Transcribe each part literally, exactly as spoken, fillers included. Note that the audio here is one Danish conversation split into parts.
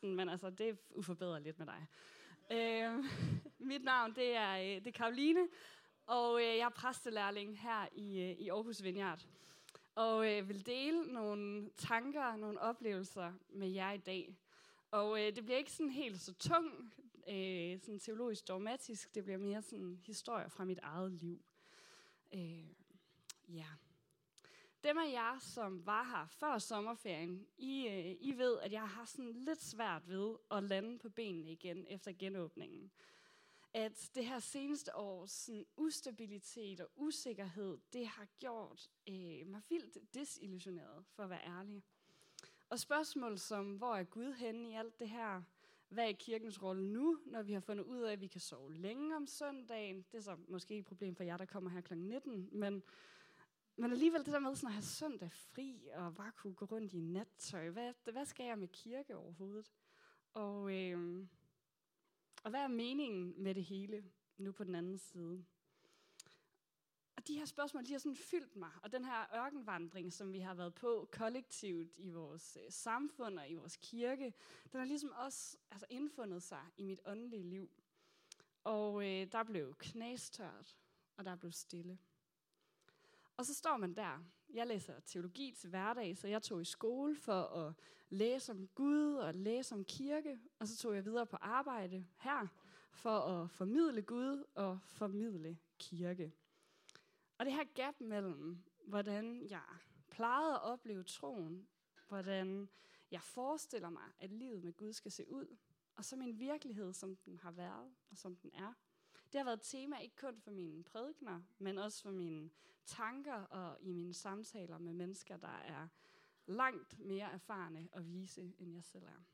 Men altså, det uforbedrer lidt med dig. Øh, mit navn, det er, det er Karoline, og jeg er præstelærling her i, i Aarhus Vineyard. Og jeg vil dele nogle tanker, nogle oplevelser med jer i dag. Og det bliver ikke sådan helt så tung, sådan teologisk dogmatisk. Det bliver mere sådan historier fra mit eget liv. Øh, ja. Dem af jer, som var her før sommerferien, I, I ved, at jeg har sådan lidt svært ved at lande på benene igen efter genåbningen. At det her seneste års sådan, ustabilitet og usikkerhed, det har gjort øh, mig vildt desillusioneret, for at være ærlig. Og spørgsmål som, hvor er Gud henne i alt det her? Hvad er kirkens rolle nu, når vi har fundet ud af, at vi kan sove længe om søndagen? Det er så måske et problem for jer, der kommer her klokken nitten, men... Men alligevel det der med sådan at have søndag fri, og bare kunne gå rundt i nattøj. Hvad, hvad skal jeg med kirke overhovedet? Og, øh, og hvad er meningen med det hele nu på den anden side? Og de her spørgsmål, de har sådan fyldt mig. Og den her ørkenvandring, som vi har været på kollektivt i vores øh, samfund og i vores kirke, den har ligesom også altså, indfundet sig i mit åndelige liv. Og øh, der blev knastørt, og der blev stille. Og så står man der. Jeg læser teologi til hverdag, så jeg tog i skole for at læse om Gud og læse om kirke. Og så tog jeg videre på arbejde her for at formidle Gud og formidle kirke. Og det her gap mellem, hvordan jeg plejede at opleve troen, hvordan jeg forestiller mig, at livet med Gud skal se ud, og så min virkelighed, som den har været og som den er. Det har været et tema ikke kun for mine prædikener, men også for mine tanker og i mine samtaler med mennesker, der er langt mere erfarne og vise, end jeg selv er.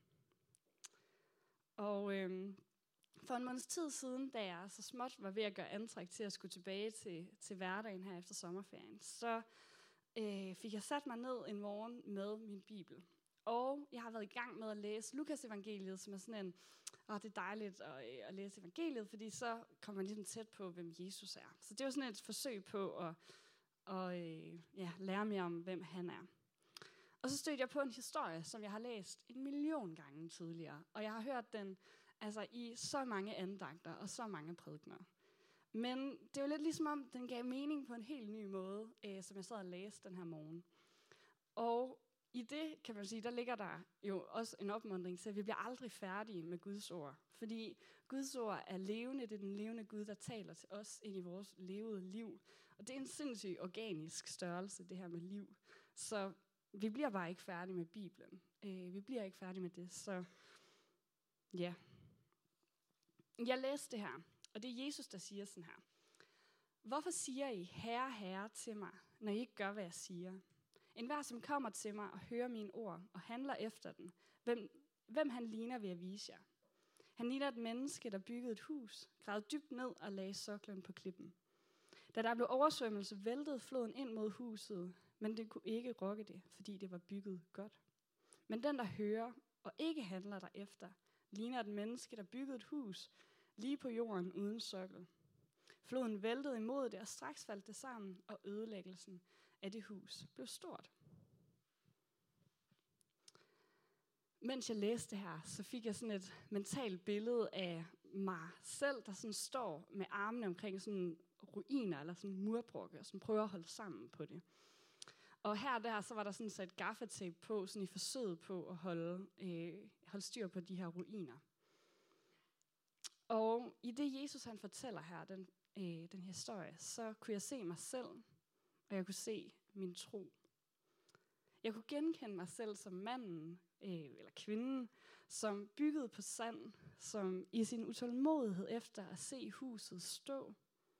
Og øhm, for en måneds tid siden, da jeg så småt var ved at gøre antræk til at skulle tilbage til, til hverdagen her efter sommerferien, så øh, fik jeg sat mig ned en morgen med min bibel. Og jeg har været i gang med at læse Lukas evangeliet, som er sådan en, åh, det er dejligt at, at læse evangeliet, fordi så kommer man ligesom tæt på, hvem Jesus er. Så det var sådan et forsøg på at, at øh, ja, lære mere om, hvem han er. Og så stødte jeg på en historie, som jeg har læst en million gange tidligere. Og jeg har hørt den altså, i så mange andagter og så mange prædikener. Men det var lidt ligesom om, den gav mening på en helt ny måde, øh, som jeg sad og læste den her morgen. Og i det, kan man sige, der ligger der jo også en opmuntring til, at vi bliver aldrig færdige med Guds ord. Fordi Guds ord er levende, det er den levende Gud, der taler til os ind i vores levede liv. Og det er en sindssygt organisk størrelse, det her med liv. Så vi bliver bare ikke færdige med Bibelen. Øh, vi bliver ikke færdige med det, så ja. Jeg læste det her, og det er Jesus, der siger sådan her. Hvorfor siger I, herre, herre til mig, når I ikke gør, hvad jeg siger? En hver, som kommer til mig og hører mine ord og handler efter den, hvem, hvem han ligner, vil jeg vise jer. Han ligner et menneske, der byggede et hus, gravede dybt ned og lagde soklen på klippen. Da der blev oversvømmelse, væltede floden ind mod huset, men det kunne ikke rokke det, fordi det var bygget godt. Men den, der hører og ikke handler derefter, ligner et menneske, der byggede et hus lige på jorden uden sokkel. Floden væltede imod det, og straks faldt det sammen, og ødelæggelsen af det hus blev stort. Mens jeg læste det her, så fik jeg sådan et mentalt billede af mig selv, der sådan står med armene omkring sådan ruiner eller sådan murbrokke, og sådan prøver at holde sammen på det. Og her og der, så var der sådan sat gaffatape på, sådan i forsøget på at holde, øh, holde styr på de her ruiner. Og i det Jesus han fortæller her, den, øh, den historie, så kunne jeg se mig selv, og jeg kunne se min tro. Jeg kunne genkende mig selv som manden, øh, eller kvinden, som byggede på sand, som i sin utålmodighed efter at se huset stå,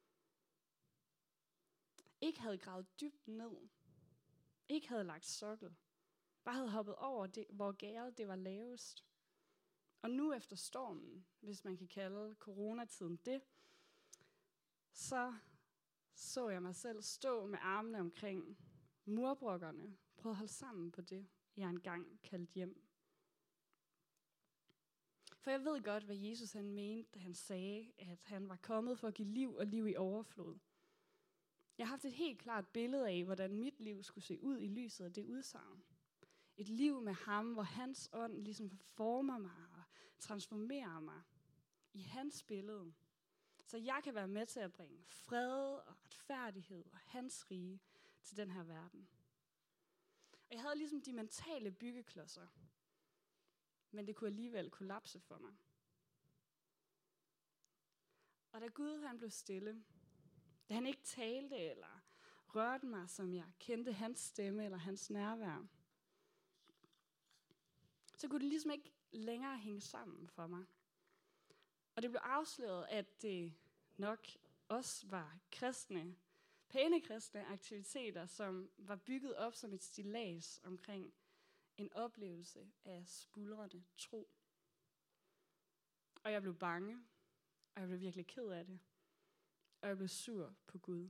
ikke havde gravet dybt ned, ikke havde lagt sokkel, bare havde hoppet over, det, hvor gærdet det var lavest. Og nu efter stormen, hvis man kan kalde coronatiden det, så så jeg mig selv stå med armene omkring murbrokkerne, prøvede at holde sammen på det, jeg engang kaldte hjem. For jeg ved godt, hvad Jesus han mente, da han sagde, at han var kommet for at give liv og liv i overflod. Jeg har haft et helt klart billede af, hvordan mit liv skulle se ud i lyset af det udsagn. Et liv med ham, hvor hans ånd ligesom former mig og transformerer mig i hans billede. Så jeg kan være med til at bringe fred og retfærdighed og hans rige til den her verden. Og jeg havde ligesom de mentale byggeklodser, men det kunne alligevel kollapse for mig. Og da Gud han blev stille, da han ikke talte eller rørte mig, som jeg kendte hans stemme eller hans nærvær, så kunne det ligesom ikke længere hænge sammen for mig. Og det blev afsløret, at det nok også var kristne, pæne kristne aktiviteter, som var bygget op som et stillads omkring en oplevelse af spuldrende tro. Og jeg blev bange, og jeg blev virkelig ked af det, og jeg blev sur på Gud.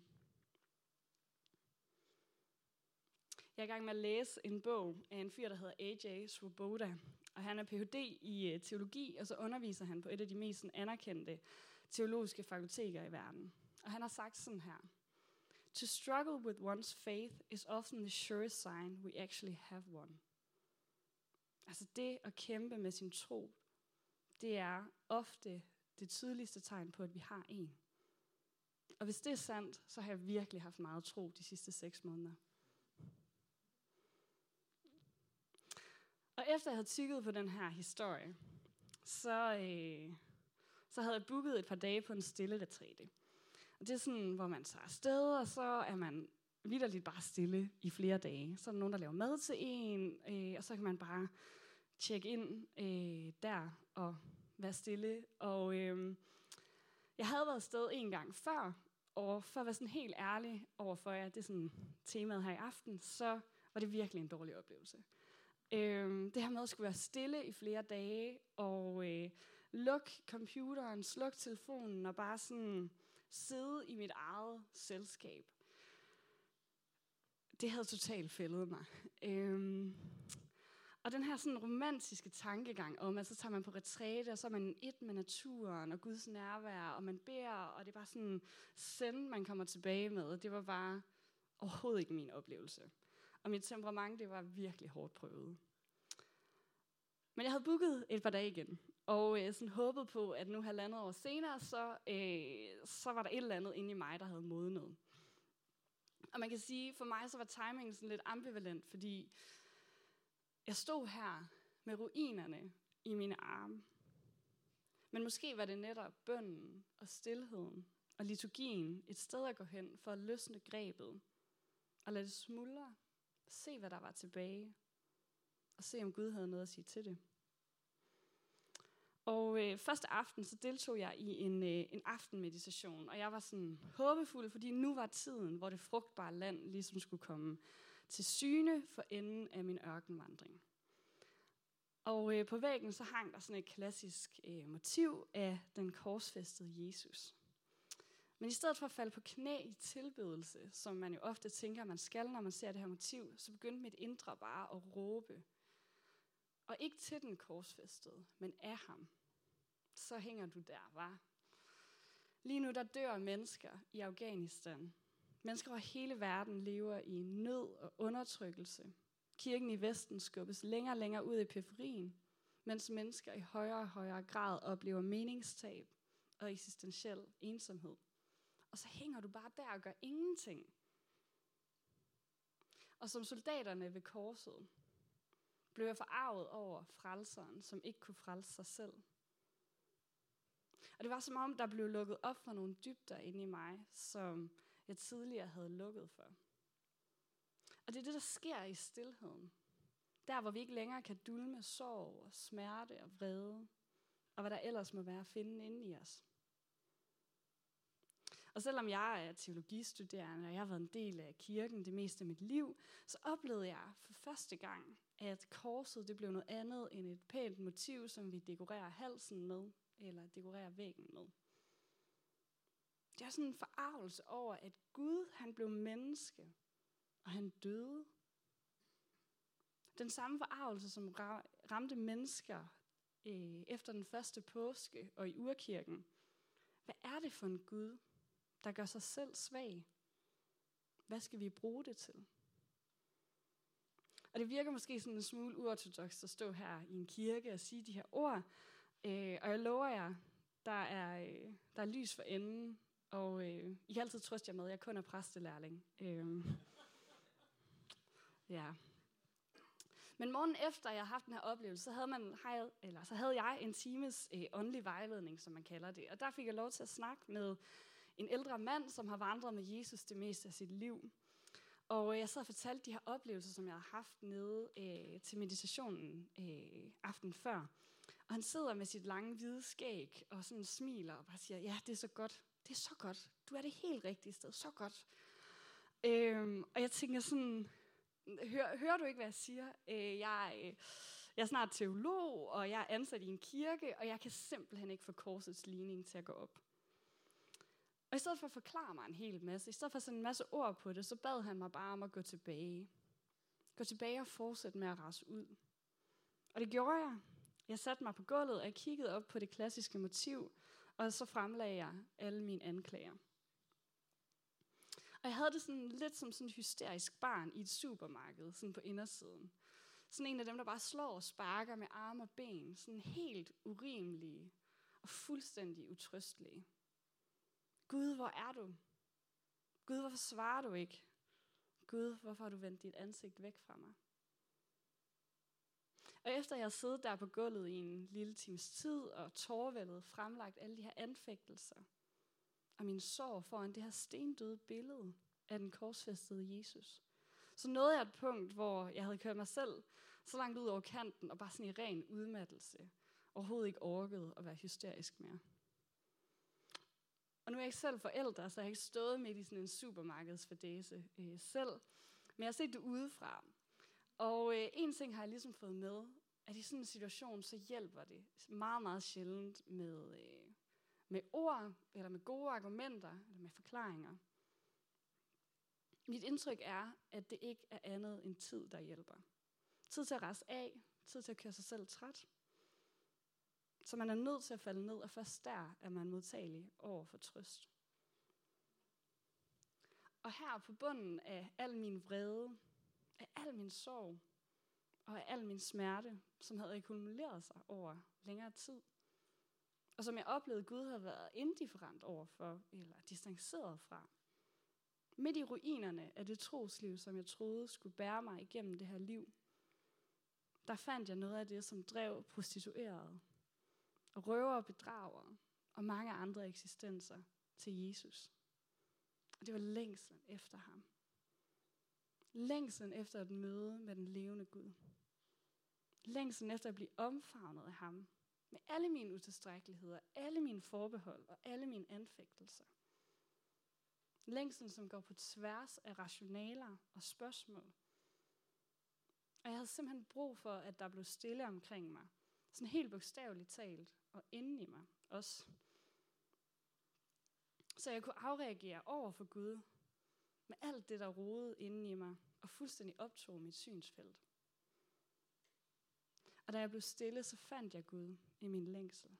Jeg er i gang med at læse en bog af en fyr, der hedder A J Swoboda, og han er P H D i teologi, og så underviser han på et af de mest anerkendte teologiske fakulteter i verden. Og han har sagt sådan her: To struggle with one's faith is often the surest sign we actually have one. Altså det at kæmpe med sin tro, det er ofte det tydeligste tegn på, at vi har en. Og hvis det er sandt, så har jeg virkelig haft meget tro de sidste seks måneder. Og efter jeg havde tygget på den her historie, så, øh, så havde jeg booket et par dage på en stille retræte. Og det er sådan, hvor man tager afsted, og så er man vitterligt bare stille i flere dage. Så er der nogen, der laver mad til en, øh, og så kan man bare tjekke ind øh, der og være stille. Og øh, jeg havde været afsted en gang før, og for at være sådan helt ærlig overfor jer, det er sådan temaet her i aften, så var det virkelig en dårlig oplevelse. Øh, det her med at skulle være stille i flere dage, og øh, lukke computeren, slukke telefonen, og bare sådan sidde i mit eget selskab. Det havde totalt fældet mig. Øh, og den her sådan romantiske tankegang om, at så tager man på retræte, og så er man et med naturen og Guds nærvær, og man beder, og det er bare sådan send, man kommer tilbage med. Det var bare overhovedet ikke min oplevelse. Og mit temperament, det var virkelig hårdt prøvet. Men jeg havde booket et par dage igen, og øh, sådan håbet på, at nu halvandet år senere, så, øh, så var der et eller andet inde i mig, der havde modnet. Og man kan sige, for mig så var timingen sådan lidt ambivalent, fordi jeg stod her med ruinerne i mine arme. Men måske var det netop bønnen og stilheden og liturgien et sted at gå hen for at løsne grebet og lade det smuldre. Se, hvad der var tilbage, og se, om Gud havde noget at sige til det. Og øh, første aften, så deltog jeg i en, øh, en aftenmeditation, og jeg var sådan håbefuld, fordi nu var tiden, hvor det frugtbare land ligesom skulle komme til syne for enden af min ørkenvandring. Og øh, på væggen, så hang der sådan et klassisk øh, motiv af den korsfæstede Jesus. Men i stedet for at falde på knæ i tilbedelse, som man jo ofte tænker, man skal, når man ser det her motiv, så begyndte mit indre bare at råbe. Og ikke til den korsfæstede, men af ham. Så hænger du der, var. Lige nu der dør mennesker i Afghanistan. Mennesker over hele verden lever i nød og undertrykkelse. Kirken i Vesten skubbes længere og længere ud i periferien, mens mennesker i højere og højere grad oplever meningstab og eksistentiel ensomhed. Og så hænger du bare der og gør ingenting. Og som soldaterne ved korset, blev jeg forarvet over frelseren, som ikke kunne frelse sig selv. Og det var som om, der blev lukket op for nogle dybder inde i mig, som jeg tidligere havde lukket for. Og det er det, der sker i stilheden. Der, hvor vi ikke længere kan dulme sorg og smerte og vrede, og hvad der ellers må være at finde inde i os. Og selvom jeg er teologistuderende, og jeg har været en del af kirken det meste af mit liv, så oplevede jeg for første gang, at korset det blev noget andet end et pænt motiv, som vi dekorerer halsen med, eller dekorerer væggen med. Det er sådan en forarvelse over, at Gud han blev menneske, og han døde. Den samme forarvelse, som ramte mennesker øh, efter den første påske og i urkirken. Hvad er det for en Gud, der gør sig selv svag? Hvad skal vi bruge det til? Og det virker måske sådan en smule uortodoks at stå her i en kirke og sige de her ord. Øh, og jeg lover jer, der er, øh, der er lys for enden. Og øh, I kan altid trøste jer med, at jeg kun er præstelærling. Øh, ja. Men morgen efter jeg havde haft den her oplevelse, så havde, man, eller, så havde jeg en times øh, åndelig vejledning, som man kalder det. Og der fik jeg lov til at snakke med en ældre mand, som har vandret med Jesus det meste af sit liv. Og jeg sad og fortalte de her oplevelser, som jeg havde haft nede øh, til meditationen øh, aften før. Og han sidder med sit lange hvide skæg og sådan smiler og bare siger, ja, det er så godt. Det er så godt. Du er det helt rigtige sted. Så godt. Øhm, og jeg tænker sådan, hør, hører du ikke, hvad jeg siger? Øh, jeg, øh, jeg er snart teolog, og jeg er ansat i en kirke, og jeg kan simpelthen ikke få korsets ligning til at gå op. Og i stedet for at forklare mig en hel masse, i stedet for at sætte en masse ord på det, så bad han mig bare om at gå tilbage. Gå tilbage og fortsætte med at rase ud. Og det gjorde jeg. Jeg satte mig på gulvet, og jeg kiggede op på det klassiske motiv, og så fremlagde jeg alle mine anklager. Og jeg havde det sådan lidt som sådan et hysterisk barn i et supermarked, sådan på indersiden. Sådan en af dem, der bare slår og sparker med arme og ben, sådan helt urimelige og fuldstændig utrøstelige. Gud, hvor er du? Gud, hvorfor svarer du ikke? Gud, hvorfor har du vendt dit ansigt væk fra mig? Og efter jeg havde siddet der på gulvet i en lille times tid og tårvældet fremlagt alle de her anfægtelser og min sorg foran det her stendøde billede af den korsfæstede Jesus, så nåede jeg et punkt, hvor jeg havde kørt mig selv så langt ud over kanten og bare sådan i ren udmattelse overhovedet ikke orkede at være hysterisk mere. Og nu er jeg ikke selv forældre, så jeg har ikke stået midt i sådan en supermarkedsfadæse øh, selv, men jeg har set det udefra. Og øh, en ting har jeg ligesom fået med, at i sådan en situation, så hjælper det meget, meget sjældent med, øh, med ord, eller med gode argumenter, eller med forklaringer. Mit indtryk er, at det ikke er andet end tid, der hjælper. Tid til at rejse af, tid til at køre sig selv træt. Så man er nødt til at falde ned, og først der er man modtagelig over for trøst. Og her på bunden af al min vrede, af al min sorg og af al min smerte, som havde akkumuleret sig over længere tid, og som jeg oplevede, Gud havde været indifferent overfor, eller distanceret fra. Midt i ruinerne af det trosliv, som jeg troede skulle bære mig igennem det her liv, der fandt jeg noget af det, som drev prostituerede, og røver og bedragere, og mange andre eksistenser til Jesus. Og det var længslen efter ham. Længslen efter et møde med den levende Gud. Længslen efter at blive omfavnet af ham, med alle mine utilstrækkeligheder, alle mine forbehold og alle mine anfægtelser. Længslen, som går på tværs af rationaler og spørgsmål. Og jeg havde simpelthen brug for, at der blev stille omkring mig. Sådan helt bogstaveligt talt, og inden i mig også. Så jeg kunne afreagere over for Gud, med alt det, der rodede inden i mig, og fuldstændig optog mit synsfelt. Og da jeg blev stille, så fandt jeg Gud i min længsel.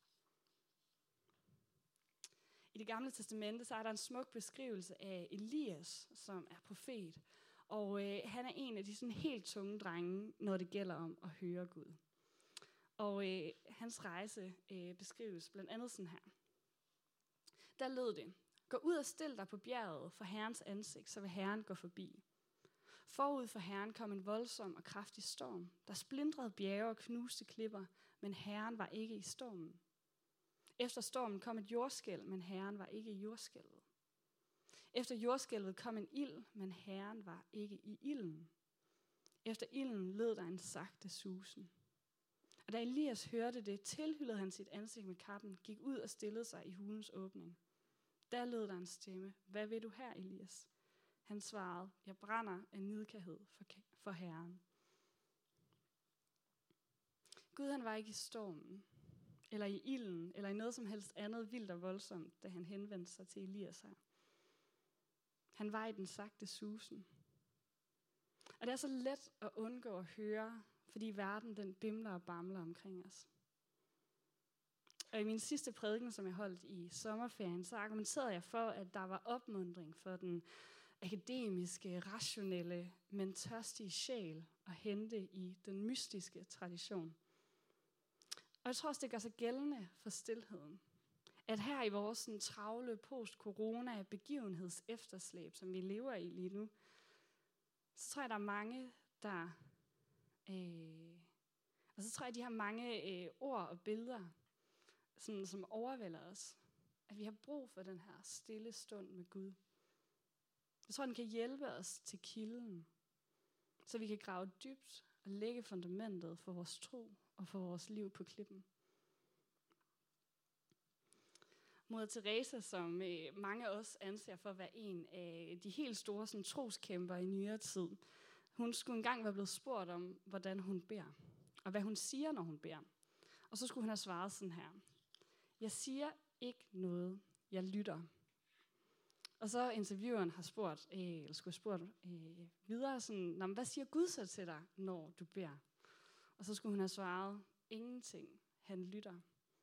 I Det Gamle Testamente, så er der en smuk beskrivelse af Elias, som er profet. Og øh, han er en af de sådan helt tunge drenge, når det gælder om at høre Gud. Og øh, hans rejse øh, beskrives blandt andet sådan her. Der lød det: gå ud og stil dig på bjerget for Herrens ansigt, så vil Herren gå forbi. Forud for Herren kom en voldsom og kraftig storm, der splindrede bjerge og knuste klipper, men Herren var ikke i stormen. Efter stormen kom et jordskælv, men Herren var ikke i jordskælvet. Efter jordskælvet kom en ild, men Herren var ikke i ilden. Efter ilden lød der en sagte susen. Og da Elias hørte det, tilhyllede han sit ansigt med kappen, gik ud og stillede sig i hulens åbning. Der lød der en stemme: hvad vil du her, Elias? Han svarede: jeg brænder af nidkærhed for, for Herren. Gud, han var ikke i stormen, eller i ilden, eller i noget som helst andet vildt og voldsomt, da han henvendte sig til Elias her. Han var i den sagte susen. Og det er så let at undgå at høre, fordi verden den bimler og bamler omkring os. Og i min sidste prædiken, som jeg holdt i sommerferien, så argumenterede jeg for, at der var opmuntring for den akademiske, rationelle, men tørstige sjæl at hente i den mystiske tradition. Og jeg tror også, det gør sig gældende for stilheden. At her i vores sådan, travle post-corona begivenhedsefterslæb, som vi lever i lige nu, så tror jeg, der er mange, der... Øh, og så tror jeg, de har mange øh, ord og billeder, sådan, som overvælder os. At vi har brug for den her stille stund med Gud. Jeg tror, den kan hjælpe os til kilden, så vi kan grave dybt og lægge fundamentet for vores tro og for vores liv på klippen. Moder Teresa, som øh, mange af os anser for at være en af de helt store sådan, troskæmper i nyere tid, hun skulle engang være blevet spurgt om, hvordan hun beder, og hvad hun siger, når hun beder. Og så skulle hun have svaret sådan her: jeg siger ikke noget, jeg lytter. Og så intervieweren har spurgt, øh, eller skulle have spurgt øh, videre, sådan, hvad siger Gud så til dig, når du beder? Og så skulle hun have svaret, ingenting, han lytter.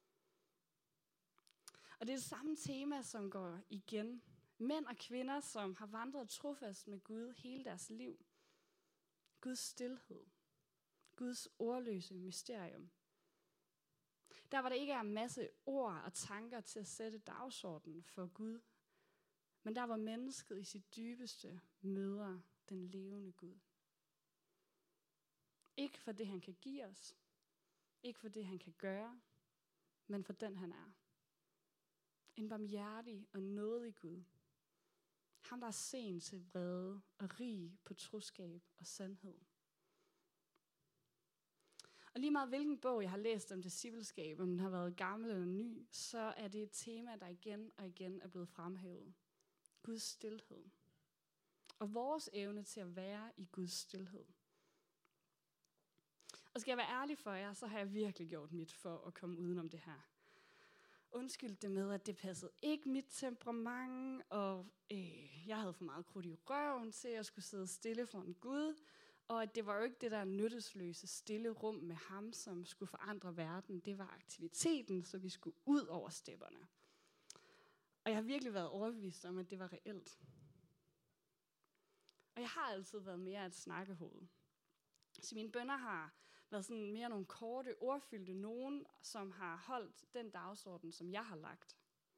Og det er det samme tema, som går igen. Mænd og kvinder, som har vandret trofast med Gud hele deres liv. Guds stilhed. Guds ordløse mysterium. Der hvor der ikke er en masse ord og tanker til at sætte dagsordenen for Gud, men der hvor mennesket i sit dybeste møder den levende Gud. Ikke for det han kan give os, ikke for det han kan gøre, men for den han er. En barmhjertig og nådig Gud. Ham der er sen til vrede og rig på troskab og sandhed. Og lige meget hvilken bog jeg har læst om discipleskab, om den har været gammel eller ny, så er det et tema, der igen og igen er blevet fremhævet. Guds stilhed. Og vores evne til at være i Guds stilhed. Og skal jeg være ærlig for jer, så har jeg virkelig gjort mit for at komme udenom det her. Undskyld det med, at det passede ikke mit temperament, og øh, jeg havde for meget krudt i røven til at skulle sidde stille foran Gud, og at det var jo ikke det der nyttesløse stille rum med ham, som skulle forandre verden. Det var aktiviteten, så vi skulle ud over stepperne. Og jeg har virkelig været overbevist om, at det var reelt. Og jeg har altid været mere et snakkehoved. Så mine bønner har været sådan mere nogle korte, ordfyldte nogen, som har holdt den dagsorden, som jeg har lagt.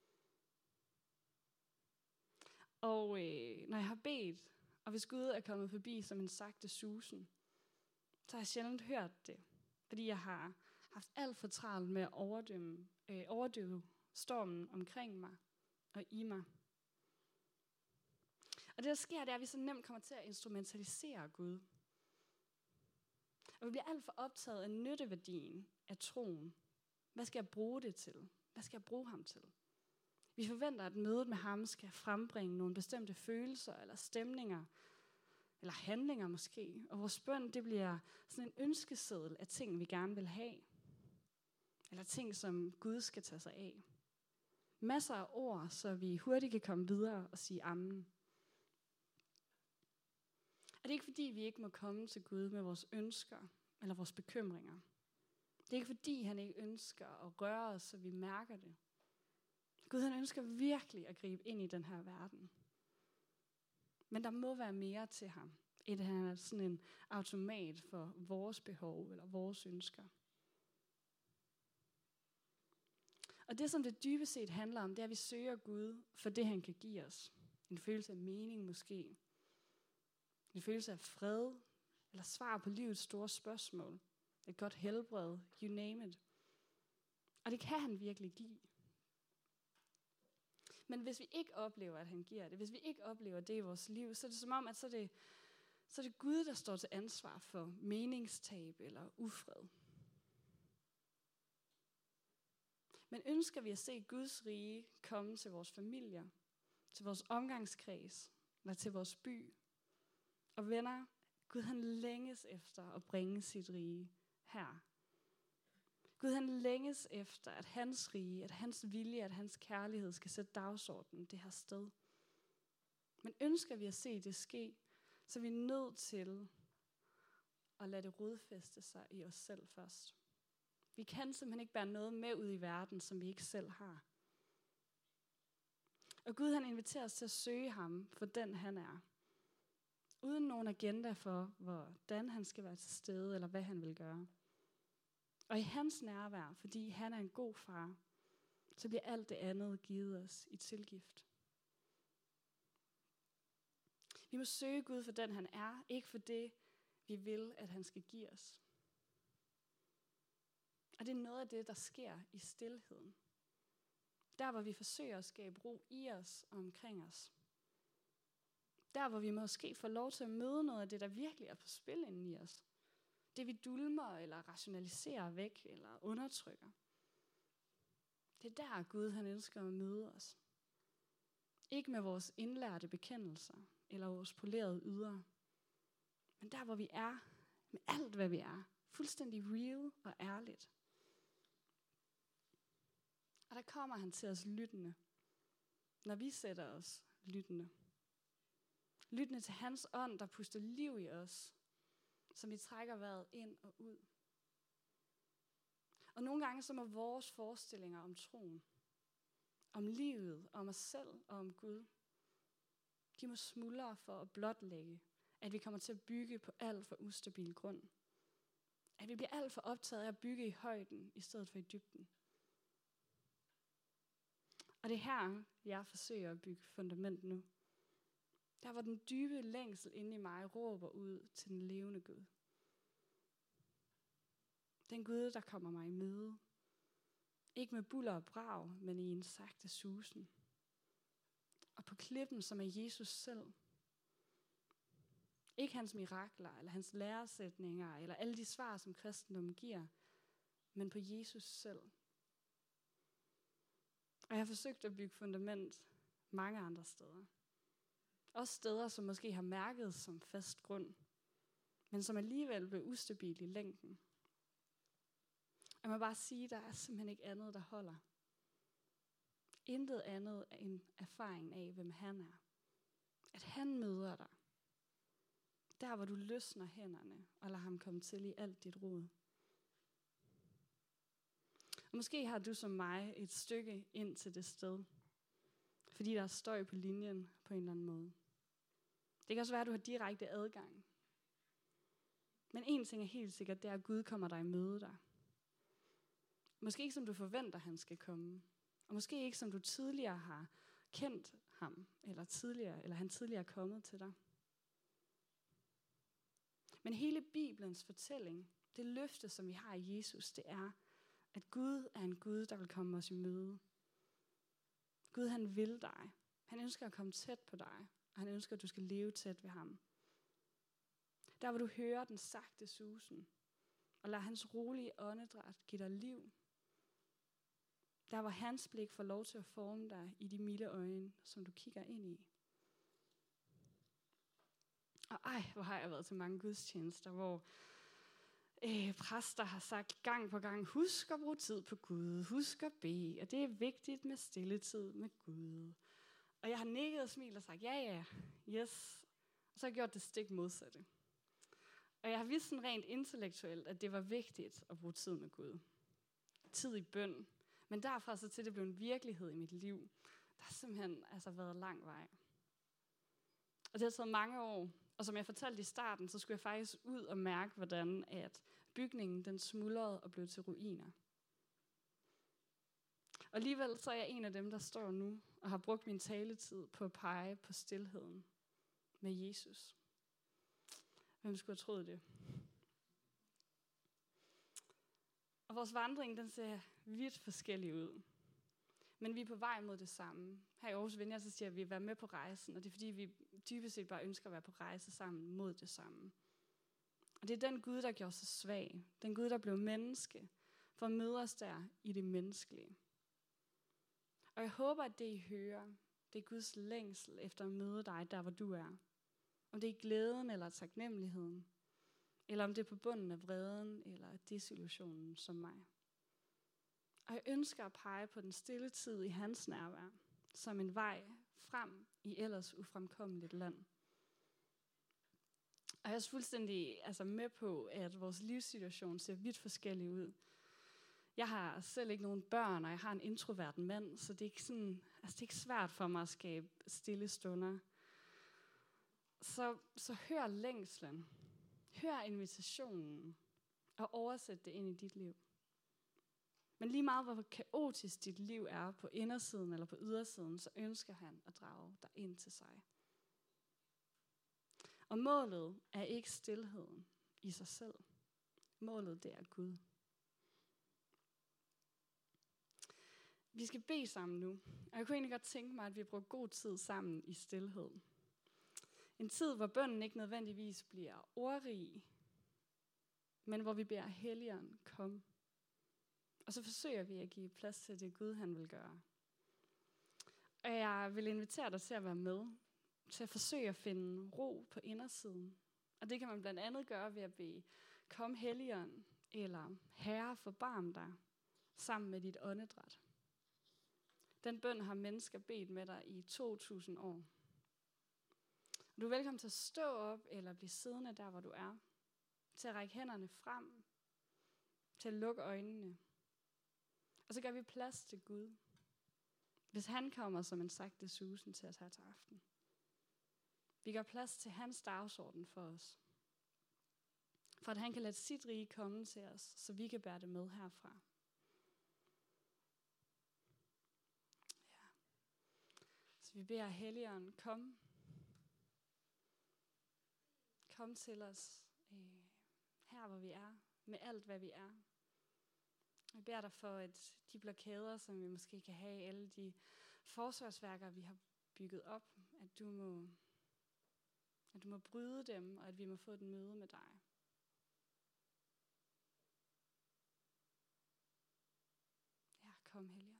Og øh, når jeg har bedt, og hvis Gud er kommet forbi som en sagte susen, så har jeg sjældent hørt det. Fordi jeg har haft alt for travlt med at overdømme, øh, overdøve stormen omkring mig og i mig. Og det der sker, det er, at vi så nemt kommer til at instrumentalisere Gud. Og vi bliver alt for optaget af nytteværdien af troen. Hvad skal jeg bruge det til? Hvad skal jeg bruge ham til? Vi forventer, at mødet med ham skal frembringe nogle bestemte følelser eller stemninger, eller handlinger måske. Og vores bøn, det bliver sådan en ønskeseddel af ting, vi gerne vil have. Eller ting, som Gud skal tage sig af. Masser af ord, så vi hurtigt kan komme videre og sige amen. Og det er ikke fordi, vi ikke må komme til Gud med vores ønsker eller vores bekymringer. Det er ikke fordi, han ikke ønsker at røre os, så vi mærker det. Gud han ønsker virkelig at gribe ind i den her verden. Men der må være mere til ham, end at han er sådan en automat for vores behov eller vores ønsker. Og det, som det dybest set handler om, det er, at vi søger Gud for det, han kan give os. En følelse af mening måske. En følelse af fred, eller svar på livets store spørgsmål. Et godt helbred, you name it. Og det kan han virkelig give. Men hvis vi ikke oplever, at han giver det, hvis vi ikke oplever det i vores liv, så er det som om, at så er det, så er det Gud, der står til ansvar for meningstab eller ufred. Men ønsker vi at se Guds rige komme til vores familier, til vores omgangskreds, eller til vores by? Og venner, Gud han længes efter at bringe sit rige her. Gud han længes efter, at hans rige, at hans vilje, at hans kærlighed skal sætte dagsordenen det her sted. Men ønsker vi at se det ske, så er vi nødt til at lade det rodfæste sig i os selv først. Vi kan simpelthen ikke bære noget med ud i verden, som vi ikke selv har. Og Gud han inviterer os til at søge ham for den han er. Uden nogen agenda for, hvordan han skal være til stede, eller hvad han vil gøre. Og i hans nærvær, fordi han er en god far, så bliver alt det andet givet os i tilgift. Vi må søge Gud for den han er, ikke for det, vi vil, at han skal give os. Og det er noget af det, der sker i stilheden. Der, hvor vi forsøger at skabe ro i os og omkring os. Der, hvor vi måske får lov til at møde noget af det, der virkelig er på spil inden i os. Det vi dulmer, eller rationaliserer væk, eller undertrykker. Det er der, Gud han ønsker at møde os. Ikke med vores indlærte bekendelser, eller vores polerede ydre. Men der, hvor vi er, med alt, hvad vi er. Fuldstændig real og ærligt. Og der kommer han til os lyttende, når vi sætter os lyttende. Lyttende til hans ånd, der puster liv i os, som vi trækker vejret ind og ud. Og nogle gange så må vores forestillinger om troen, om livet, om os selv og om Gud, de må smuldre for at blotlægge, at vi kommer til at bygge på alt for ustabil grund. At vi bliver alt for optaget af at bygge i højden, i stedet for i dybden. Og det er her, jeg forsøger at bygge fundament nu. Der hvor den dybe længsel inde i mig råber ud til den levende Gud. Den Gud, der kommer mig i møde. Ikke med buller og brag, men i en sagte susen. Og på klippen, som er Jesus selv. Ikke hans mirakler, eller hans læresætninger, eller alle de svar, som kristendommen giver, men på Jesus selv. Og jeg har forsøgt at bygge fundament mange andre steder. Også steder, som måske har mærket som fast grund, men som alligevel blev ustabil i længden. Jeg må bare sige, at der er simpelthen ikke andet, der holder. Intet andet end erfaringen af, hvem han er. At han møder dig. Der, hvor du løsner hænderne og lader ham komme til i alt dit rod. Og måske har du som mig et stykke ind til det sted, fordi der er støj på linjen på en eller anden måde. Det kan også være, at du har direkte adgang. Men en ting er helt sikkert, det er, at Gud kommer dig i møde dig. Måske ikke som du forventer, han skal komme. Og måske ikke som du tidligere har kendt ham, eller, tidligere, eller han tidligere er kommet til dig. Men hele Bibelens fortælling, det løfte, som vi har i Jesus, det er, at Gud er en Gud, der vil komme os i møde. Gud, han vil dig. Han ønsker at komme tæt på dig, og han ønsker, at du skal leve tæt ved ham. Der, hvor du hører den sagte susen, og lader hans rolige åndedræt give dig liv. Der, hvor hans blik får lov til at forme dig i de milde øjne, som du kigger ind i. Og ej, hvor har jeg været til mange gudstjenester, hvor øh, præster har sagt gang på gang, husk at bruge tid på Gud, husk at bede, og det er vigtigt med stilletid med Gud. Og jeg har nikket og smilet og sagt, ja ja, yes. Og så har jeg gjort det stik modsatte. Og jeg har vidst sådan rent intellektuelt, at det var vigtigt at bruge tid med Gud. Tid i bøn. Men derfra så til det blev en virkelighed i mit liv, der har simpelthen altså været lang vej. Og det har taget mange år. Og som jeg fortalte i starten, så skulle jeg faktisk ud og mærke, hvordan at bygningen den smuldrede og blev til ruiner. Og alligevel så er jeg en af dem, der står nu og har brugt min taletid på at pege på stilheden med Jesus. Hvem skulle have troet det? Og vores vandring, den ser vidt forskellig ud. Men vi er på vej mod det samme. Her i Aarhus Vineyard, så siger vi, at vi er med på rejsen, og det er fordi, vi dybest set bare ønsker at være på rejse sammen mod det samme. Og det er den Gud, der gjorde sig svag. Den Gud, der blev menneske, for at møde os der i det menneskelige. Og jeg håber, at det I hører, det er Guds længsel efter at møde dig, der hvor du er. Om det er glæden eller taknemmeligheden, eller om det er på bunden af vreden eller desillusionen som mig. Og jeg ønsker at pege på den stille tid i hans nærvær, som en vej frem i ellers ufremkommeligt land. Og jeg er også fuldstændig altså med på, at vores livssituation ser vidt forskellig ud. Jeg har selv ikke nogen børn, og jeg har en introvert mand, så det er ikke, sådan, altså det er ikke svært for mig at skabe stille stunder. Så, så hør længslen. Hør invitationen, og oversæt det ind i dit liv. Men lige meget, hvor kaotisk dit liv er på indersiden eller på ydersiden, så ønsker han at drage dig ind til sig. Og målet er ikke stilheden i sig selv. Målet, det er Gud. Vi skal bede sammen nu, og jeg kunne egentlig godt tænke mig, at vi bruger god tid sammen i stilhed. En tid, hvor bønnen ikke nødvendigvis bliver ordrig, men hvor vi beder Helligånden kom. Og så forsøger vi at give plads til det Gud, han vil gøre. Og jeg vil invitere dig til at være med, til at forsøge at finde ro på indersiden. Og det kan man blandt andet gøre ved at bede, kom Helligånd, eller Herre forbarm dig, sammen med dit åndedræt. Den bøn har mennesker bedt med dig i to tusind år. Du er velkommen til at stå op, eller blive siddende der, hvor du er. Til at række hænderne frem, til at lukke øjnene. Og så gør vi plads til Gud, hvis han kommer som en sagte susen til os her til aften. Vi gør plads til hans dagsorden for os. For at han kan lade sit rige komme til os, så vi kan bære det med herfra. Ja. Så vi beder Helligånden, kom. Kom til os øh, her, hvor vi er, med alt, hvad vi er. Vi beder dig for, at de blokader, som vi måske kan have, alle de forsvarsværker, vi har bygget op, at du må, at du må bryde dem, og at vi må få et møde med dig. Ja, kom Helligånd.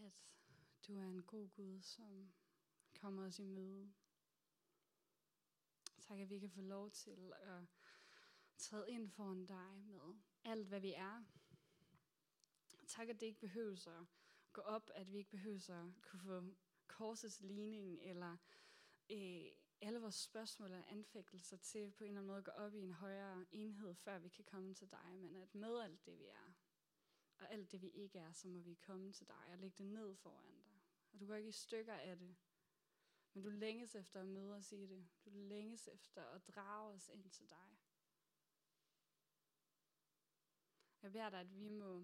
at du er en god Gud, som kommer os i møde. Tak, at vi kan få lov til at træde ind foran dig med alt, hvad vi er. Tak, at det ikke behøver at gå op, at vi ikke behøver at kunne få korsets ligning, eller øh, alle vores spørgsmål og anfægtelser til på en eller anden måde at gå op i en højere enhed, før vi kan komme til dig. Men at med alt det, vi er, og alt det, vi ikke er, så må vi komme til dig og lægge det ned foran dig. Og du går ikke i stykker af det, men du længes efter at møde os i det. Du længes efter at drage os ind til dig. Jeg beder dig, at vi må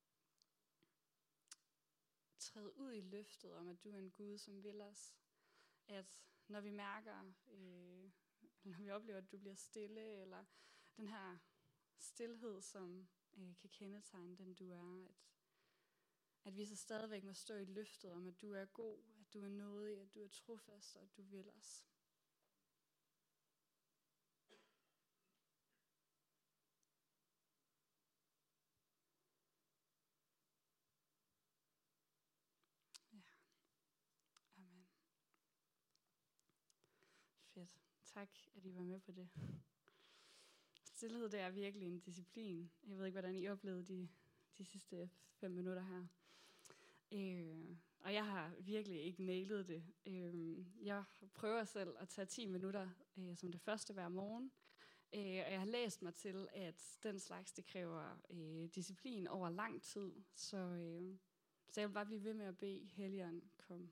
træde ud i løftet om, at du er en Gud, som vil os. At når vi mærker, øh, når vi oplever, at du bliver stille, eller den her stilhed, som øh, kan kendetegne den du er, at, at vi så stadigvæk må stå i løftet om, at du er god, at du er nådig, at du er trofast, og at du vil os. Ja, amen. Fedt. Tak, at I var med på det. Stilhed, det er virkelig en disciplin. Jeg ved ikke, hvordan I oplevede de, de sidste fem minutter her. Øh, og jeg har virkelig ikke nailet det. Øh, jeg prøver selv at tage ti minutter øh, som det første hver morgen. Øh, og jeg har læst mig til, at den slags, det kræver øh, disciplin over lang tid. Så, øh, så jeg vil bare blive ved med at bede Helligånd, kom.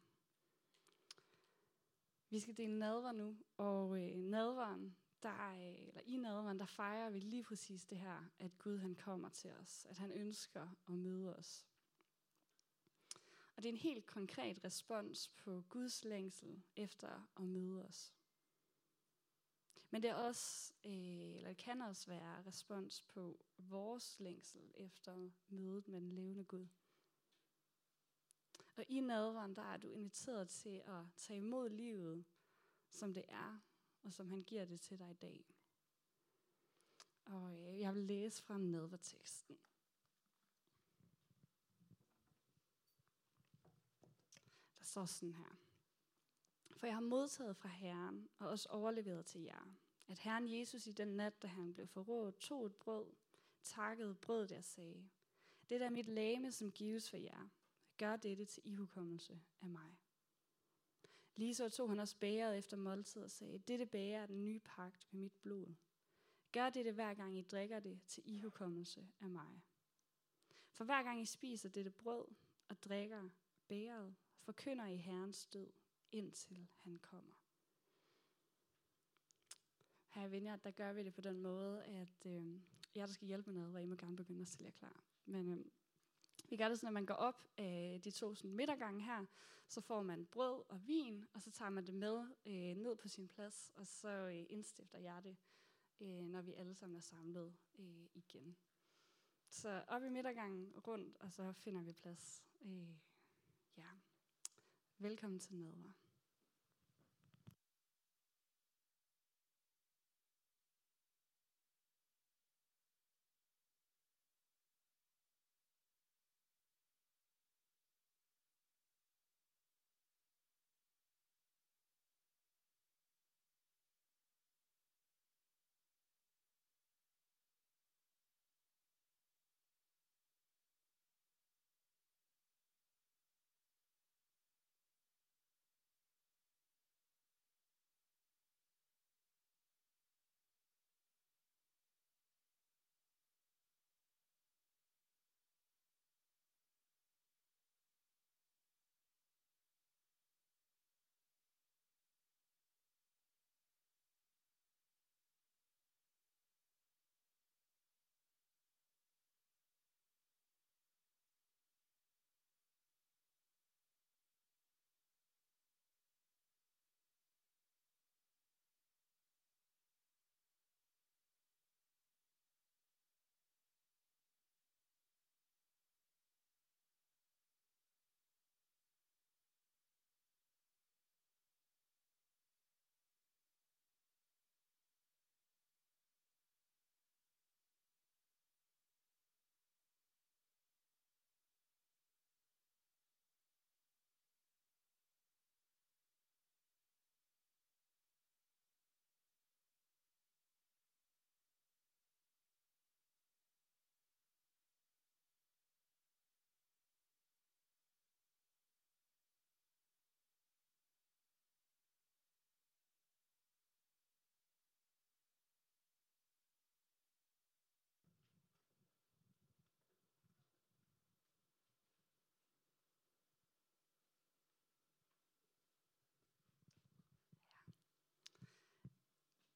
Vi skal dele nadver nu, og øh, nadveren, der, øh, eller i nadveren, der fejrer vi lige præcis det her, at Gud han kommer til os, at han ønsker at møde os. Og det er en helt konkret respons på Guds længsel efter at møde os. Men det er også, øh, eller det kan også være respons på vores længsel efter mødet med den levende Gud. Og i nadveren, der er du inviteret til at tage imod livet, som det er, og som han giver det til dig i dag. Og øh, jeg vil læse fra nadverteksten. Der står sådan her. For jeg har modtaget fra Herren, og også overleveret til jer, at Herren Jesus i den nat, da han blev forrådt, tog et brød, takkede brødet og sagde, det er mit legeme, som gives for jer. Gør dette til ihukommelse af mig. Ligeså tog han også bægeret efter måltid og sagde, dette bæger er den nye pagt med mit blod. Gør dette hver gang I drikker det til ihukommelse af mig. For hver gang I spiser dette brød og drikker bægeret, forkynder I Herrens død, indtil han kommer. Her i Vineyard, der gør vi det på den måde, at øh, jeg der skal hjælpe med noget, hvor I må gerne begynde at stille jer klar. Men øh, vi gør det sådan, at man går op af de to sådan, midtergange her, så får man brød og vin, og så tager man det med øh, ned på sin plads, og så øh, indstifter jeg det, øh, når vi alle sammen er samlet øh, igen. Så op i midtergangen rundt, og så finder vi plads. Øh, ja. Velkommen til nadver.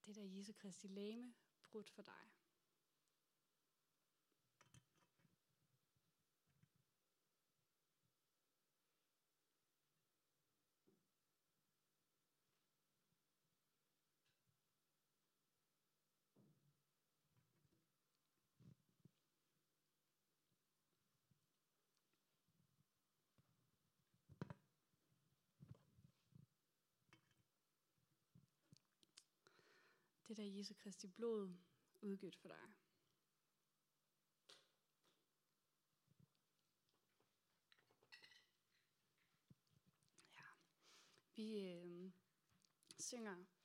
Det der Jesu Kristi legeme brudt for dig. Det der Jesu Kristi blod udgivet for dig. Ja. Vi øh, synger